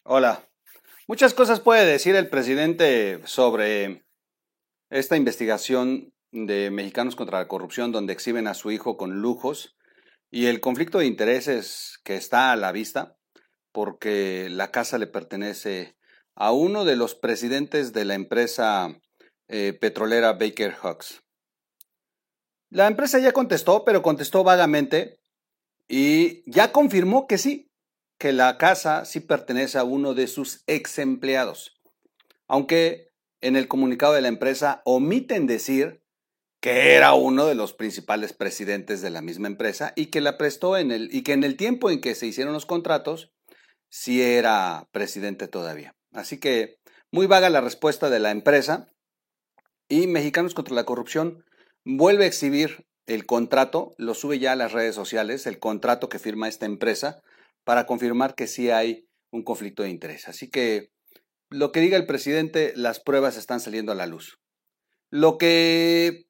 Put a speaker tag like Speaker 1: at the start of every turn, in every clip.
Speaker 1: Hola. Muchas cosas puede decir el presidente sobre esta investigación de Mexicanos contra la Corrupción, donde exhiben a su hijo con lujos y el conflicto de intereses que está a la vista, porque la casa le pertenece a uno de los presidentes de la empresa petrolera Baker Hughes. La empresa ya contestó, pero contestó vagamente y ya confirmó que sí, que la casa sí pertenece a uno de sus ex empleados. Aunque en el comunicado de la empresa omiten decir que era uno de los principales presidentes de la misma empresa y que la prestó y que en el tiempo en que se hicieron los contratos sí era presidente todavía. Así que muy vaga la respuesta de la empresa y Mexicanos contra la Corrupción vuelve a exhibir el contrato, lo sube ya a las redes sociales, el contrato que firma esta empresa para confirmar que sí hay un conflicto de interés. Así que lo que diga el presidente, las pruebas están saliendo a la luz. Lo que,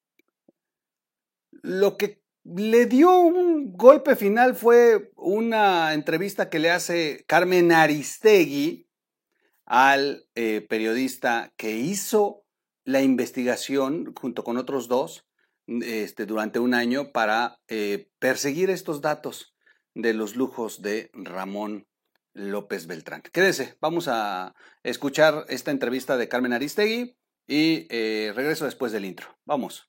Speaker 1: lo que le dio un golpe final fue una entrevista que le hace Carmen Aristegui al periodista que hizo la investigación junto con otros dos durante un año para perseguir estos datos de los lujos de Ramón López Beltrán. Quédese, vamos a escuchar esta entrevista de Carmen Aristegui y regreso después del intro. Vamos.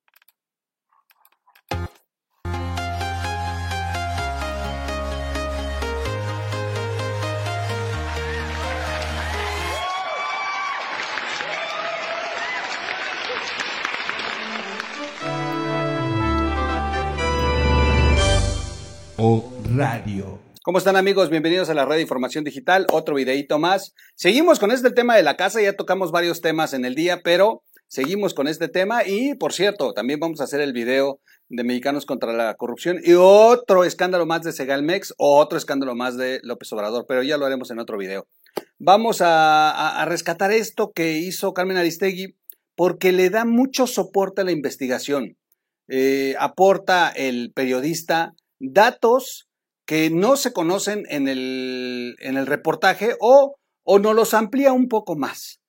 Speaker 2: O Radio.
Speaker 1: ¿Cómo están, amigos? Bienvenidos a la Red de Información Digital, otro videíto más. Seguimos con este tema de la casa, ya tocamos varios temas en el día, pero seguimos con este tema y, por cierto, también vamos a hacer el video de Mexicanos contra la Corrupción y otro escándalo más de Segalmex, otro escándalo más de López Obrador, pero ya lo haremos en otro video. Vamos a rescatar esto que hizo Carmen Aristegui porque le da mucho soporte a la investigación. Aporta el periodista datos que no se conocen en el reportaje o no los amplía un poco más.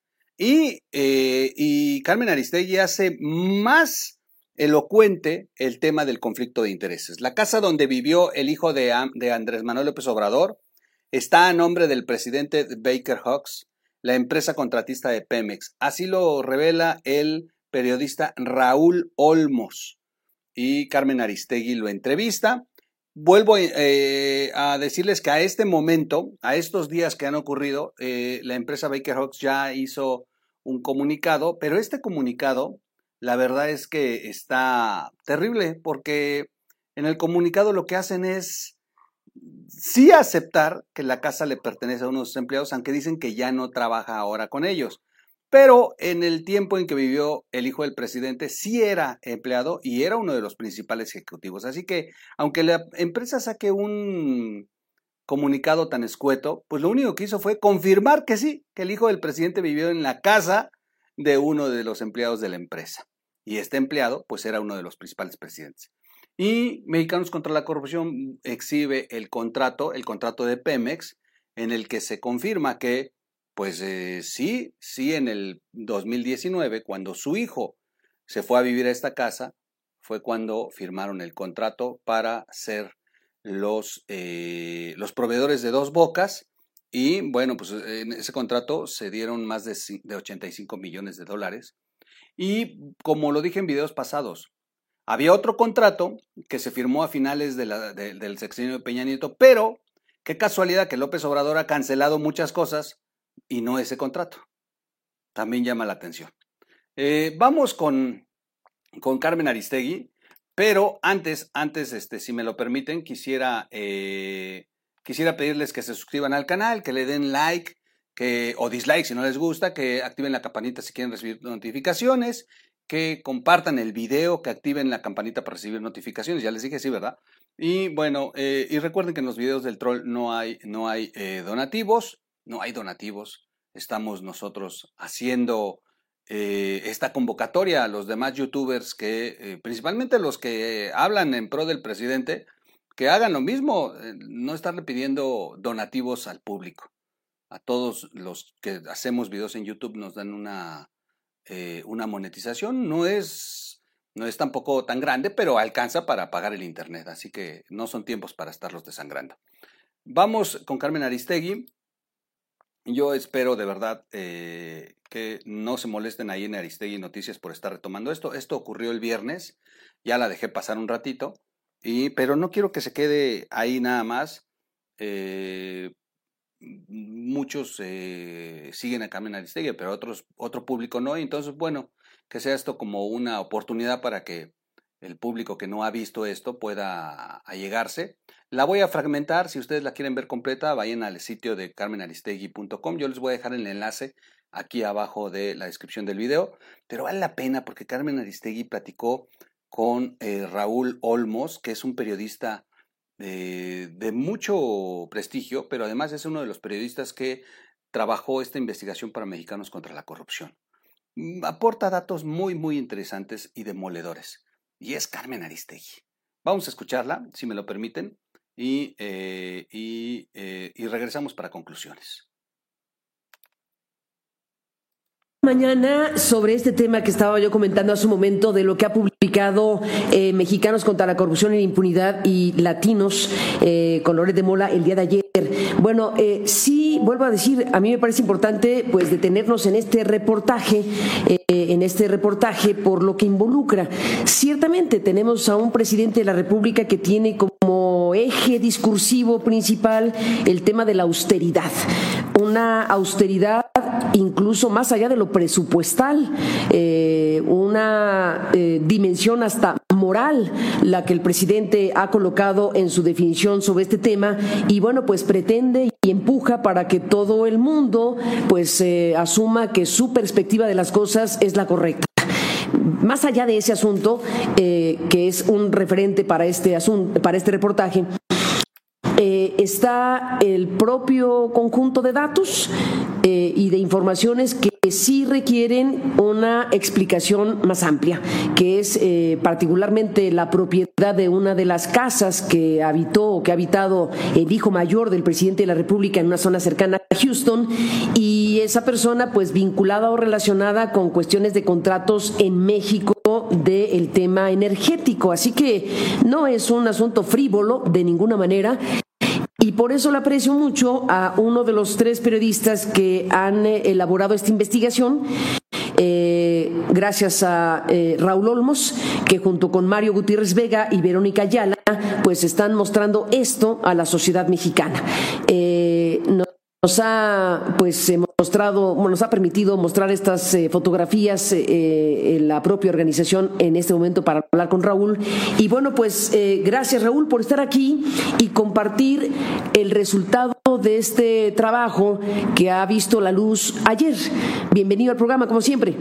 Speaker 1: Y Carmen Aristegui hace más elocuente el tema del conflicto de intereses. La casa donde vivió el hijo de Andrés Manuel López Obrador está a nombre del presidente Baker Hughes, la empresa contratista de Pemex. Así lo revela el periodista Raúl Olmos y Carmen Aristegui lo entrevista. Vuelvo a decirles que a este momento, a estos días que han ocurrido, la empresa Baker Hughes ya hizo un comunicado, pero este comunicado, la verdad es que está terrible, porque en el comunicado lo que hacen es sí aceptar que la casa le pertenece a unos empleados, aunque dicen que ya no trabaja ahora con ellos. Pero en el tiempo en que vivió el hijo del presidente, sí era empleado y era uno de los principales ejecutivos. Así que, aunque la empresa saque un comunicado tan escueto, pues lo único que hizo fue confirmar que sí, que el hijo del presidente vivió en la casa de uno de los empleados de la empresa. Y este empleado, pues era uno de los principales presidentes. Y Mexicanos contra la Corrupción exhibe el contrato de Pemex, en el que se confirma que pues sí en el 2019, cuando su hijo se fue a vivir a esta casa, fue cuando firmaron el contrato para ser los proveedores de Dos Bocas. Y bueno, pues en ese contrato se dieron más de 85 millones de dólares. Y como lo dije en videos pasados, había otro contrato que se firmó a finales del sexenio de Peña Nieto, pero qué casualidad que López Obrador ha cancelado muchas cosas y no ese contrato. También llama la atención. Vamos con Carmen Aristegui, pero antes si me lo permiten, quisiera pedirles que se suscriban al canal, que le den like o dislike si no les gusta, que activen la campanita si quieren recibir notificaciones, que compartan el video, que activen la campanita para recibir notificaciones. Ya les dije sí, ¿verdad? Y bueno, y recuerden que en los videos del troll no hay donativos, no hay donativos. Estamos nosotros haciendo esta convocatoria a los demás youtubers que, principalmente los que hablan en pro del presidente, que hagan lo mismo, no estarle pidiendo donativos al público. a todos los que hacemos videos en YouTube nos dan una monetización. No es tampoco tan grande, pero alcanza para pagar el internet, así que no son tiempos para estarlos desangrando. Vamos con Carmen Aristegui. Yo espero de verdad que no se molesten ahí en Aristegui Noticias por estar retomando esto. Esto ocurrió el viernes, ya la dejé pasar un ratito, pero no quiero que se quede ahí nada más. Muchos siguen a Carmen Aristegui, pero otro público no. Y entonces, bueno, que sea esto como una oportunidad para que el público que no ha visto esto pueda allegarse. La voy a fragmentar, si ustedes la quieren ver completa, vayan al sitio de carmenaristegui.com. Yo les voy a dejar el enlace aquí abajo de la descripción del video, pero vale la pena porque Carmen Aristegui platicó con Raúl Olmos, que es un periodista de mucho prestigio, pero además es uno de los periodistas que trabajó esta investigación para Mexicanos contra la Corrupción. Aporta datos muy, muy interesantes y demoledores. Y es Carmen Aristegui. Vamos a escucharla, si me lo permiten, y regresamos para conclusiones.
Speaker 3: Mañana sobre este tema que estaba yo comentando hace un momento de lo que ha publicado Mexicanos contra la Corrupción y la Impunidad y Latinos con Loret de Mola el día de ayer. Bueno, sí, vuelvo a decir, a mí me parece importante pues detenernos en este reportaje por lo que involucra. Ciertamente tenemos a un presidente de la República que tiene como eje discursivo principal el tema de la austeridad. Una austeridad incluso más allá de lo presupuestal, una dimensión hasta moral la que el presidente ha colocado en su definición sobre este tema y bueno, pues pretende y empuja para que todo el mundo pues asuma que su perspectiva de las cosas es la correcta. Más allá de ese asunto, que es un referente para este reportaje, está el propio conjunto de datos y de informaciones que sí requieren una explicación más amplia, que es particularmente la propiedad de una de las casas que habitó o que ha habitado el hijo mayor del presidente de la República en una zona cercana a Houston, y esa persona pues vinculada o relacionada con cuestiones de contratos en México del tema energético. Así que no es un asunto frívolo de ninguna manera. Y por eso le aprecio mucho a uno de los 3 periodistas que han elaborado esta investigación, gracias a Raúl Olmos, que junto con Mario Gutiérrez Vega y Verónica Ayala, pues están mostrando esto a la sociedad mexicana. Nos ha permitido mostrar estas fotografías la propia organización en este momento para hablar con Raúl. Y bueno, pues gracias Raúl por estar aquí y compartir el resultado de este trabajo que ha visto la luz ayer. Bienvenido al programa, como siempre.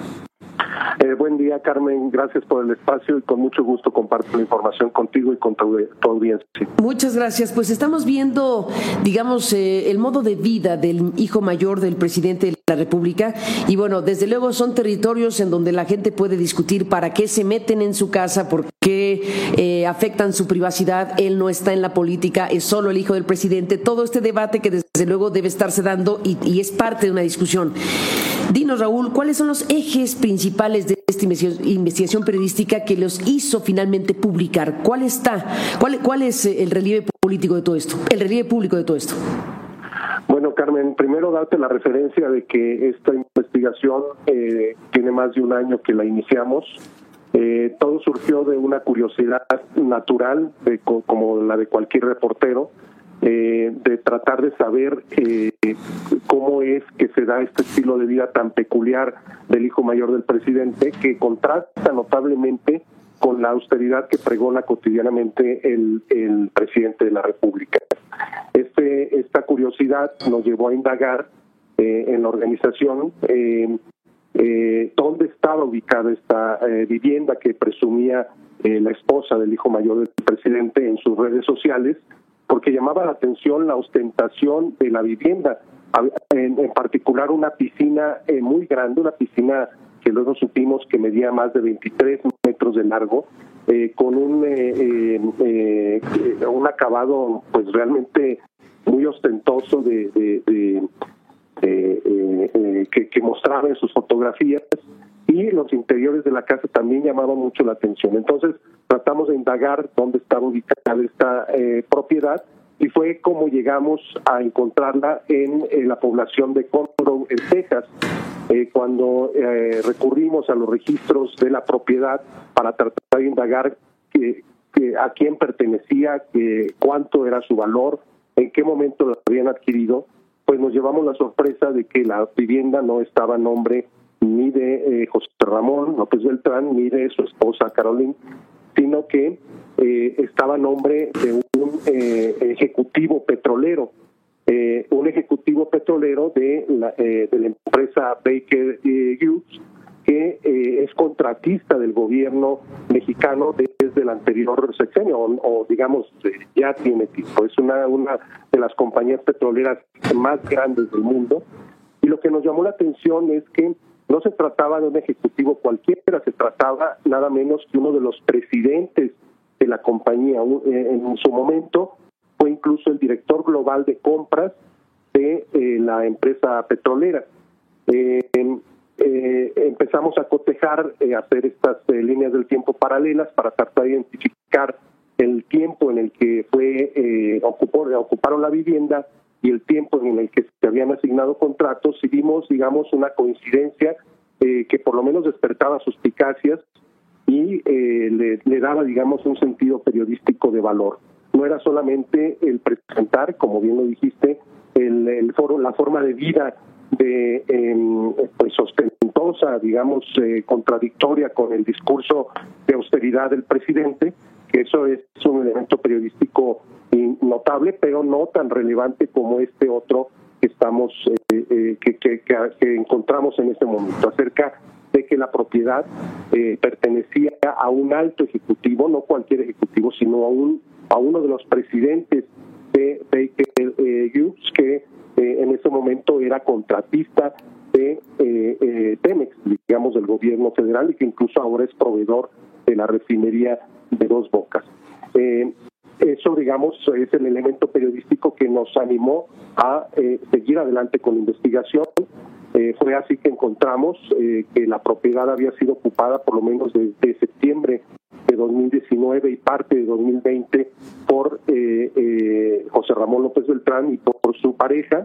Speaker 4: Buen día, Carmen. Gracias por el espacio y con mucho gusto comparto la información contigo y con tu audiencia.
Speaker 3: Muchas gracias. Pues estamos viendo, digamos, el modo de vida del hijo mayor del presidente de la República y bueno, desde luego son territorios en donde la gente puede discutir para qué se meten en su casa, por qué afectan su privacidad. Él no está en la política, es solo el hijo del presidente. Todo este debate que desde luego debe estarse dando y es parte de una discusión. Dinos, Raúl, ¿cuáles son los ejes principales de esta investigación periodística que los hizo finalmente publicar? ¿Cuál es el relieve político de todo esto? El relieve público de todo esto.
Speaker 4: Bueno, Carmen, primero darte la referencia de que esta investigación tiene más de un año que la iniciamos. Todo surgió de una curiosidad natural, como la de cualquier reportero, de tratar de saber cómo es que se da este estilo de vida tan peculiar del hijo mayor del presidente, que contrasta notablemente con la austeridad que pregona cotidianamente el presidente de la República. Esta curiosidad nos llevó a indagar en la organización dónde estaba ubicada esta vivienda que presumía la esposa del hijo mayor del presidente en sus redes sociales, porque llamaba la atención la ostentación de la vivienda, en particular una piscina muy grande, una piscina que luego supimos que medía más de 23 metros de largo, con un acabado pues realmente muy ostentoso que mostraba en sus fotografías, y los interiores de la casa también llamaban mucho la atención. Entonces tratamos de indagar dónde estaba ubicada esta propiedad, y fue como llegamos a encontrarla en la población de Conroe, en Texas, cuando recurrimos a los registros de la propiedad para tratar de indagar a quién pertenecía, cuánto era su valor, en qué momento la habían adquirido. Pues nos llevamos la sorpresa de que la vivienda no estaba a nombre ni de José Ramón López Beltrán ni de su esposa Caroline, sino que estaba a nombre de un ejecutivo petrolero, de la empresa Baker Hughes, que es contratista del gobierno mexicano desde el anterior sexenio, o digamos, ya tiene tiempo. Es una de las compañías petroleras más grandes del mundo, y lo que nos llamó la atención es que no se trataba de un ejecutivo cualquiera, se trataba nada menos que uno de los presidentes de la compañía. En su momento fue incluso el director global de compras de la empresa petrolera. Empezamos a cotejar, hacer estas líneas del tiempo paralelas para tratar de identificar el tiempo en el que ocuparon la vivienda y el tiempo en el que se habían asignado contratos, y vimos, digamos, una coincidencia que por lo menos despertaba suspicacias y le daba, digamos, un sentido periodístico de valor. No era solamente el presentar, como bien lo dijiste, el foro, la forma de vida pues ostentosa, digamos, contradictoria con el discurso de austeridad del presidente, que eso es un elemento periodístico notable, pero no tan relevante como este otro que estamos que encontramos en este momento, acerca de que la propiedad pertenecía a un alto ejecutivo, no cualquier ejecutivo, sino a uno de los presidentes de Baker Hughes, que en ese momento era contratista de Pemex, digamos, del gobierno federal, y que incluso ahora es proveedor de la refinería de Dos Bocas. Eso, digamos, es el elemento periodístico que nos animó a seguir adelante con la investigación. Fue así que encontramos que la propiedad había sido ocupada por lo menos desde septiembre de 2019 y parte de 2020 por José Ramón López Beltrán y por su pareja.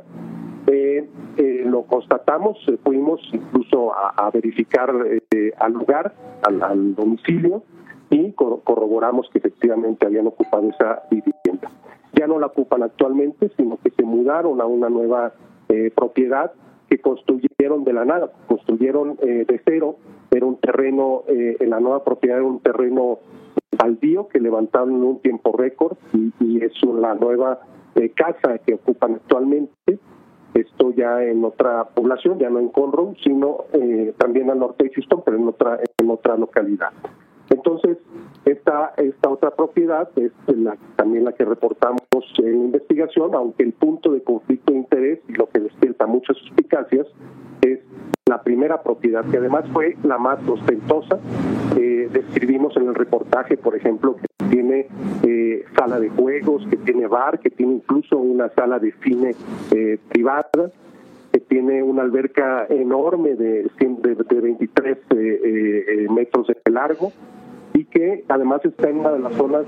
Speaker 4: Lo constatamos, fuimos incluso a verificar al lugar, al domicilio, y corroboramos que efectivamente habían ocupado esa vivienda. Ya no la ocupan actualmente, sino que se mudaron a una nueva propiedad que construyeron de la nada, construyeron de cero. Era un terreno, en la nueva propiedad era un terreno baldío que levantaron en un tiempo récord, y es la nueva casa que ocupan actualmente. Esto ya en otra población, ya no en Conroe, sino también al norte de Houston, pero en otra localidad. Entonces, esta otra propiedad es también la que reportamos en la investigación, aunque el punto de conflicto de interés y lo que despierta muchas suspicacias es la primera propiedad, que además fue la más ostentosa. Describimos en el reportaje, por ejemplo, que tiene sala de juegos, que tiene bar, que tiene incluso una sala de cine privada, que tiene una alberca enorme de 23 metros de largo, y que además está en una de las zonas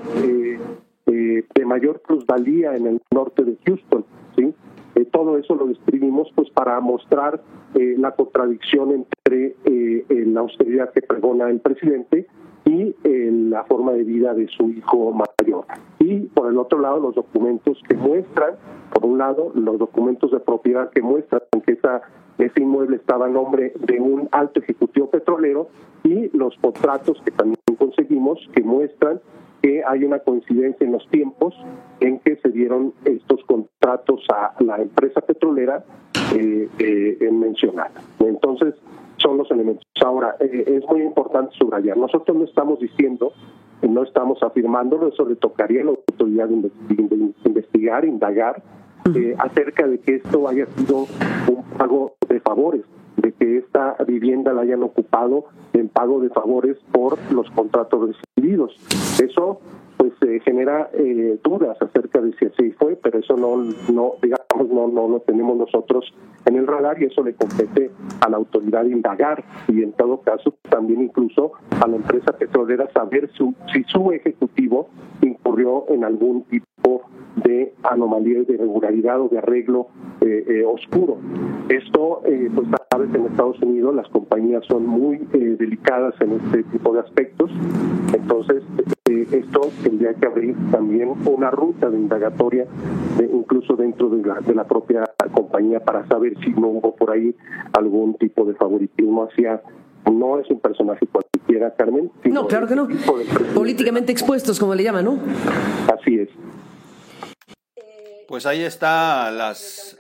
Speaker 4: de mayor plusvalía en el norte de Houston, ¿sí? Todo eso lo describimos pues para mostrar la contradicción entre la austeridad que pregona el presidente y la forma de vida de su hijo mayor. Y por el otro lado, los documentos que muestran, por un lado, los documentos de propiedad que muestran que ese inmueble estaba a nombre de un alto ejecutivo petrolero, y los contratos que también conseguimos que muestran que hay una coincidencia en los tiempos en que se dieron estos contratos a la empresa petrolera mencionada. Entonces, son los elementos. Ahora, es muy importante subrayar, nosotros no estamos diciendo, no estamos afirmando, eso le tocaría a la autoridad de investigar, indagar, acerca de que esto haya sido un pago de favores, de que esta vivienda la hayan ocupado en pago de favores por los contratos recibidos. Eso, pues, se genera dudas acerca de si así fue, pero eso no lo tenemos nosotros en el radar, y eso le compete a la autoridad indagar, y en todo caso también incluso a la empresa petrolera saber si su ejecutivo incurrió en algún tipo de anomalía, de irregularidad o de arreglo oscuro. Esto, pues sabes, en Estados Unidos las compañías son muy delicadas en este tipo de aspectos, entonces esto tendría que abrir también una ruta de indagatoria, incluso dentro de la propia compañía, para saber si no hubo por ahí algún tipo de favoritismo hacia... No es un personaje cualquiera, Carmen.
Speaker 3: No, claro que no. Políticamente expuestos, como le llaman, ¿no?
Speaker 4: Así es.
Speaker 1: Pues ahí está las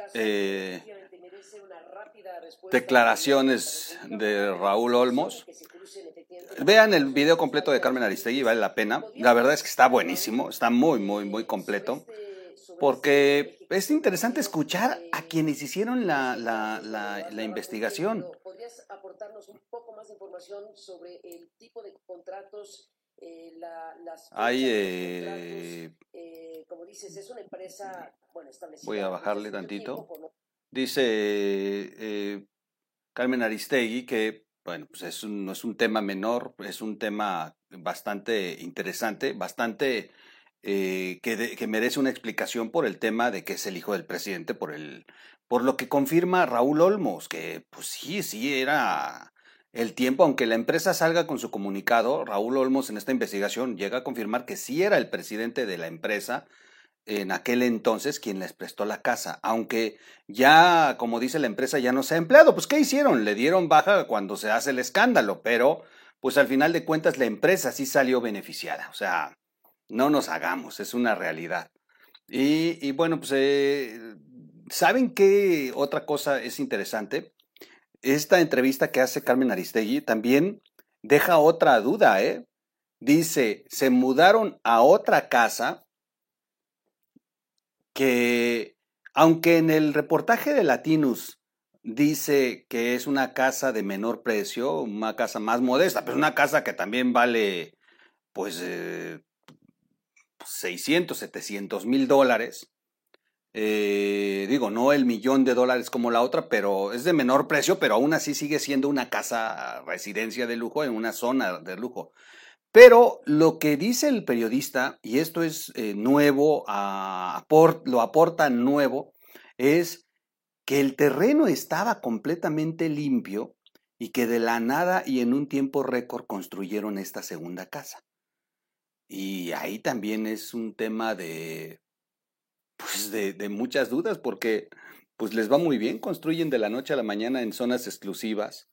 Speaker 1: declaraciones de Raúl Olmos. Vean el video completo de Carmen Aristegui, vale la pena. La verdad es que está buenísimo, está muy, muy, muy completo. Porque es interesante escuchar a quienes hicieron la investigación.
Speaker 3: ¿Podrías aportarnos un poco más de información sobre el tipo de contratos, las como dices, es una empresa, bueno, establecida?
Speaker 1: Voy a bajarle tantito. Dice Carmen Aristegui que, bueno, pues no es un tema menor, es un tema bastante interesante, bastante... que merece una explicación por el tema de que es el hijo del presidente, por lo que confirma Raúl Olmos, que pues sí era el tiempo, aunque la empresa salga con su comunicado. Raúl Olmos en esta investigación llega a confirmar que sí era el presidente de la empresa en aquel entonces quien les prestó la casa, aunque ya, como dice la empresa, ya no se ha empleado. Pues ¿qué hicieron? Le dieron baja cuando se hace el escándalo, pero pues al final de cuentas la empresa sí salió beneficiada, o sea... No nos hagamos, es una realidad. Y bueno, pues, ¿saben qué otra cosa es interesante? Esta entrevista que hace Carmen Aristegui también deja otra duda, ¿eh? Dice, se mudaron a otra casa que, aunque en el reportaje de Latinus dice que es una casa de menor precio, una casa más modesta, pero una casa que también vale, pues... 600, 700 mil dólares. Digo, no el $1,000,000 como la otra, pero es de menor precio, pero aún así sigue siendo una casa residencia de lujo en una zona de lujo. Pero lo que dice el periodista, y esto es nuevo, lo aporta nuevo, es que el terreno estaba completamente limpio y que de la nada y en un tiempo récord construyeron esta segunda casa. Y ahí también es un tema de muchas dudas, porque pues les va muy bien, construyen de la noche a la mañana en zonas exclusivas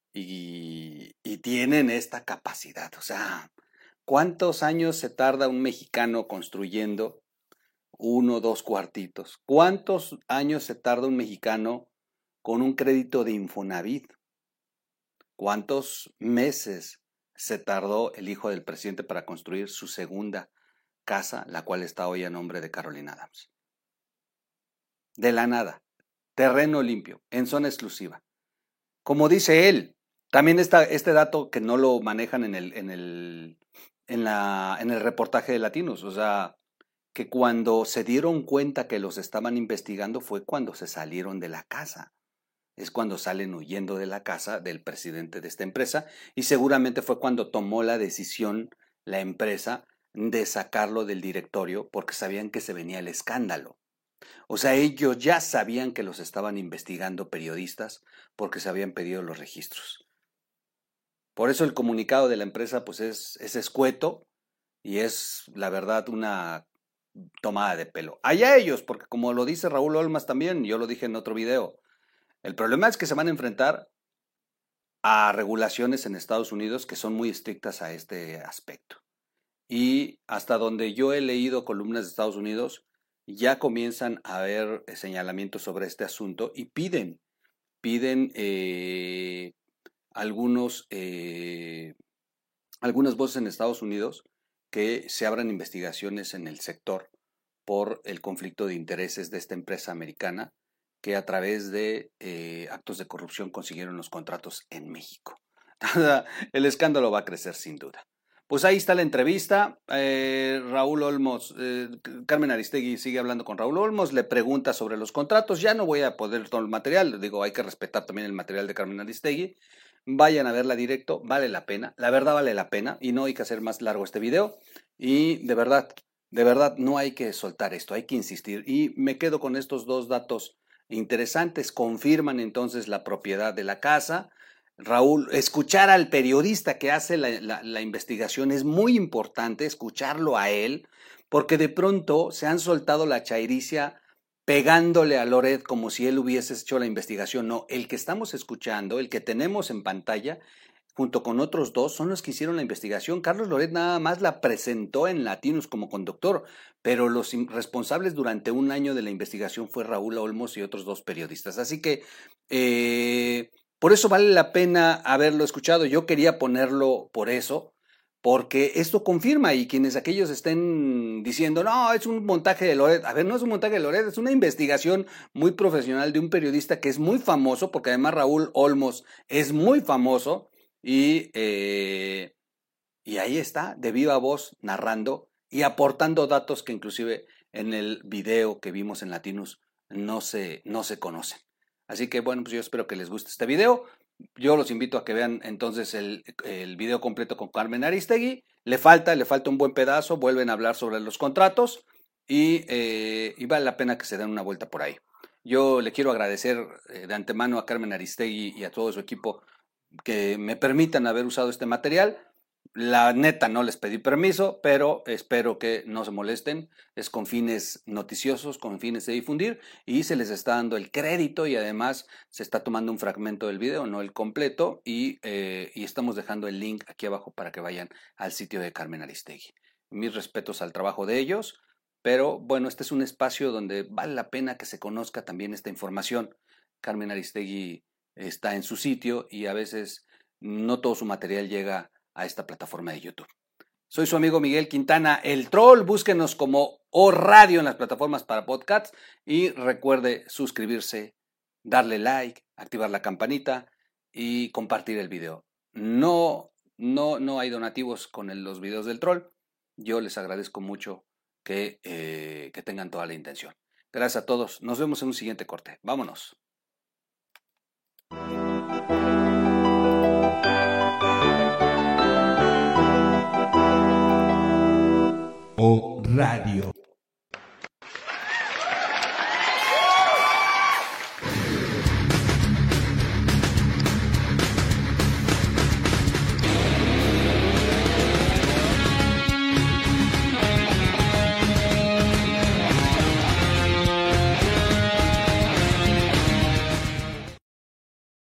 Speaker 1: y tienen esta capacidad. O sea, ¿cuántos años se tarda un mexicano construyendo 1, 2 cuartitos? ¿Cuántos años se tarda un mexicano con un crédito de Infonavit? ¿Cuántos meses se tardó el hijo del presidente para construir su segunda casa, la cual está hoy a nombre de Carolina Adams? De la nada, terreno limpio, en zona exclusiva. Como dice él, también está este dato que no lo manejan en el reportaje de Latinos, o sea, que cuando se dieron cuenta que los estaban investigando fue cuando se salieron de la casa. Es cuando salen huyendo de la casa del presidente de esta empresa, y seguramente fue cuando tomó la decisión la empresa de sacarlo del directorio porque sabían que se venía el escándalo. O sea, ellos ya sabían que los estaban investigando periodistas porque se habían pedido los registros. Por eso el comunicado de la empresa pues es escueto y es, la verdad, una tomada de pelo. Allá ellos, porque como lo dice Raúl Olmos también, yo lo dije en otro video, el problema es que se van a enfrentar a regulaciones en Estados Unidos que son muy estrictas a este aspecto. Y hasta donde yo he leído columnas de Estados Unidos, ya comienzan a haber señalamientos sobre este asunto y piden algunas voces en Estados Unidos que se abran investigaciones en el sector por el conflicto de intereses de esta empresa americana que a través de actos de corrupción consiguieron los contratos en México. El escándalo va a crecer sin duda. pues ahí está la entrevista. Raúl Olmos, Carmen Aristegui sigue hablando con Raúl Olmos, le pregunta sobre los contratos. Ya no voy a poner todo el material, digo, hay que respetar también el material de Carmen Aristegui. Vayan a verla directo, vale la pena, la verdad vale la pena, y no hay que hacer más largo este video. Y de verdad, no hay que soltar esto, hay que insistir. Y me quedo con estos dos datos interesantes. Confirman entonces la propiedad de la casa. Raúl, escuchar al periodista que hace la investigación es muy importante, escucharlo a él, porque de pronto se han soltado la chairicia pegándole a Loret como si él hubiese hecho la investigación. No, el que estamos escuchando, el que tenemos en pantalla, junto con otros dos, son los que hicieron la investigación. Carlos Loret nada más la presentó en Latinus como conductor, pero los responsables durante un año de la investigación fue Raúl Olmos y otros dos periodistas. Así que por eso vale la pena haberlo escuchado. Yo quería ponerlo por eso, porque esto confirma, y quienes aquellos estén diciendo, no, es un montaje de Loret. A ver, no es un montaje de Loret, es una investigación muy profesional de un periodista que es muy famoso, porque además Raúl Olmos es muy famoso, y ahí está, de viva voz, narrando y aportando datos que inclusive en el video que vimos en Latinus no se conocen. Así que bueno, pues yo espero que les guste este video. Yo los invito a que vean entonces el video completo con Carmen Aristegui. Le falta un buen pedazo, vuelven a hablar sobre los contratos y vale la pena que se den una vuelta por ahí. Yo le quiero agradecer de antemano a Carmen Aristegui y a todo su equipo que me permitan haber usado este material. La neta no les pedí permiso, pero espero que no se molesten. Es con fines noticiosos, con fines de difundir, y se les está dando el crédito, y además se está tomando un fragmento del video, no el completo, y estamos dejando el link aquí abajo para que vayan al sitio de Carmen Aristegui. Mis respetos al trabajo de ellos, pero bueno, este es un espacio donde vale la pena que se conozca también esta información. Carmen Aristegui está en su sitio y a veces no todo su material llega a esta plataforma de YouTube. Soy su amigo Miguel Quintana, el Troll. Búsquenos como O Radio en las plataformas para podcasts y recuerde suscribirse, darle like, activar la campanita y compartir el video. No hay donativos con los videos del Troll. Yo les agradezco mucho que tengan toda la intención. Gracias a todos. Nos vemos en un siguiente corte. Vámonos.
Speaker 2: O Radio.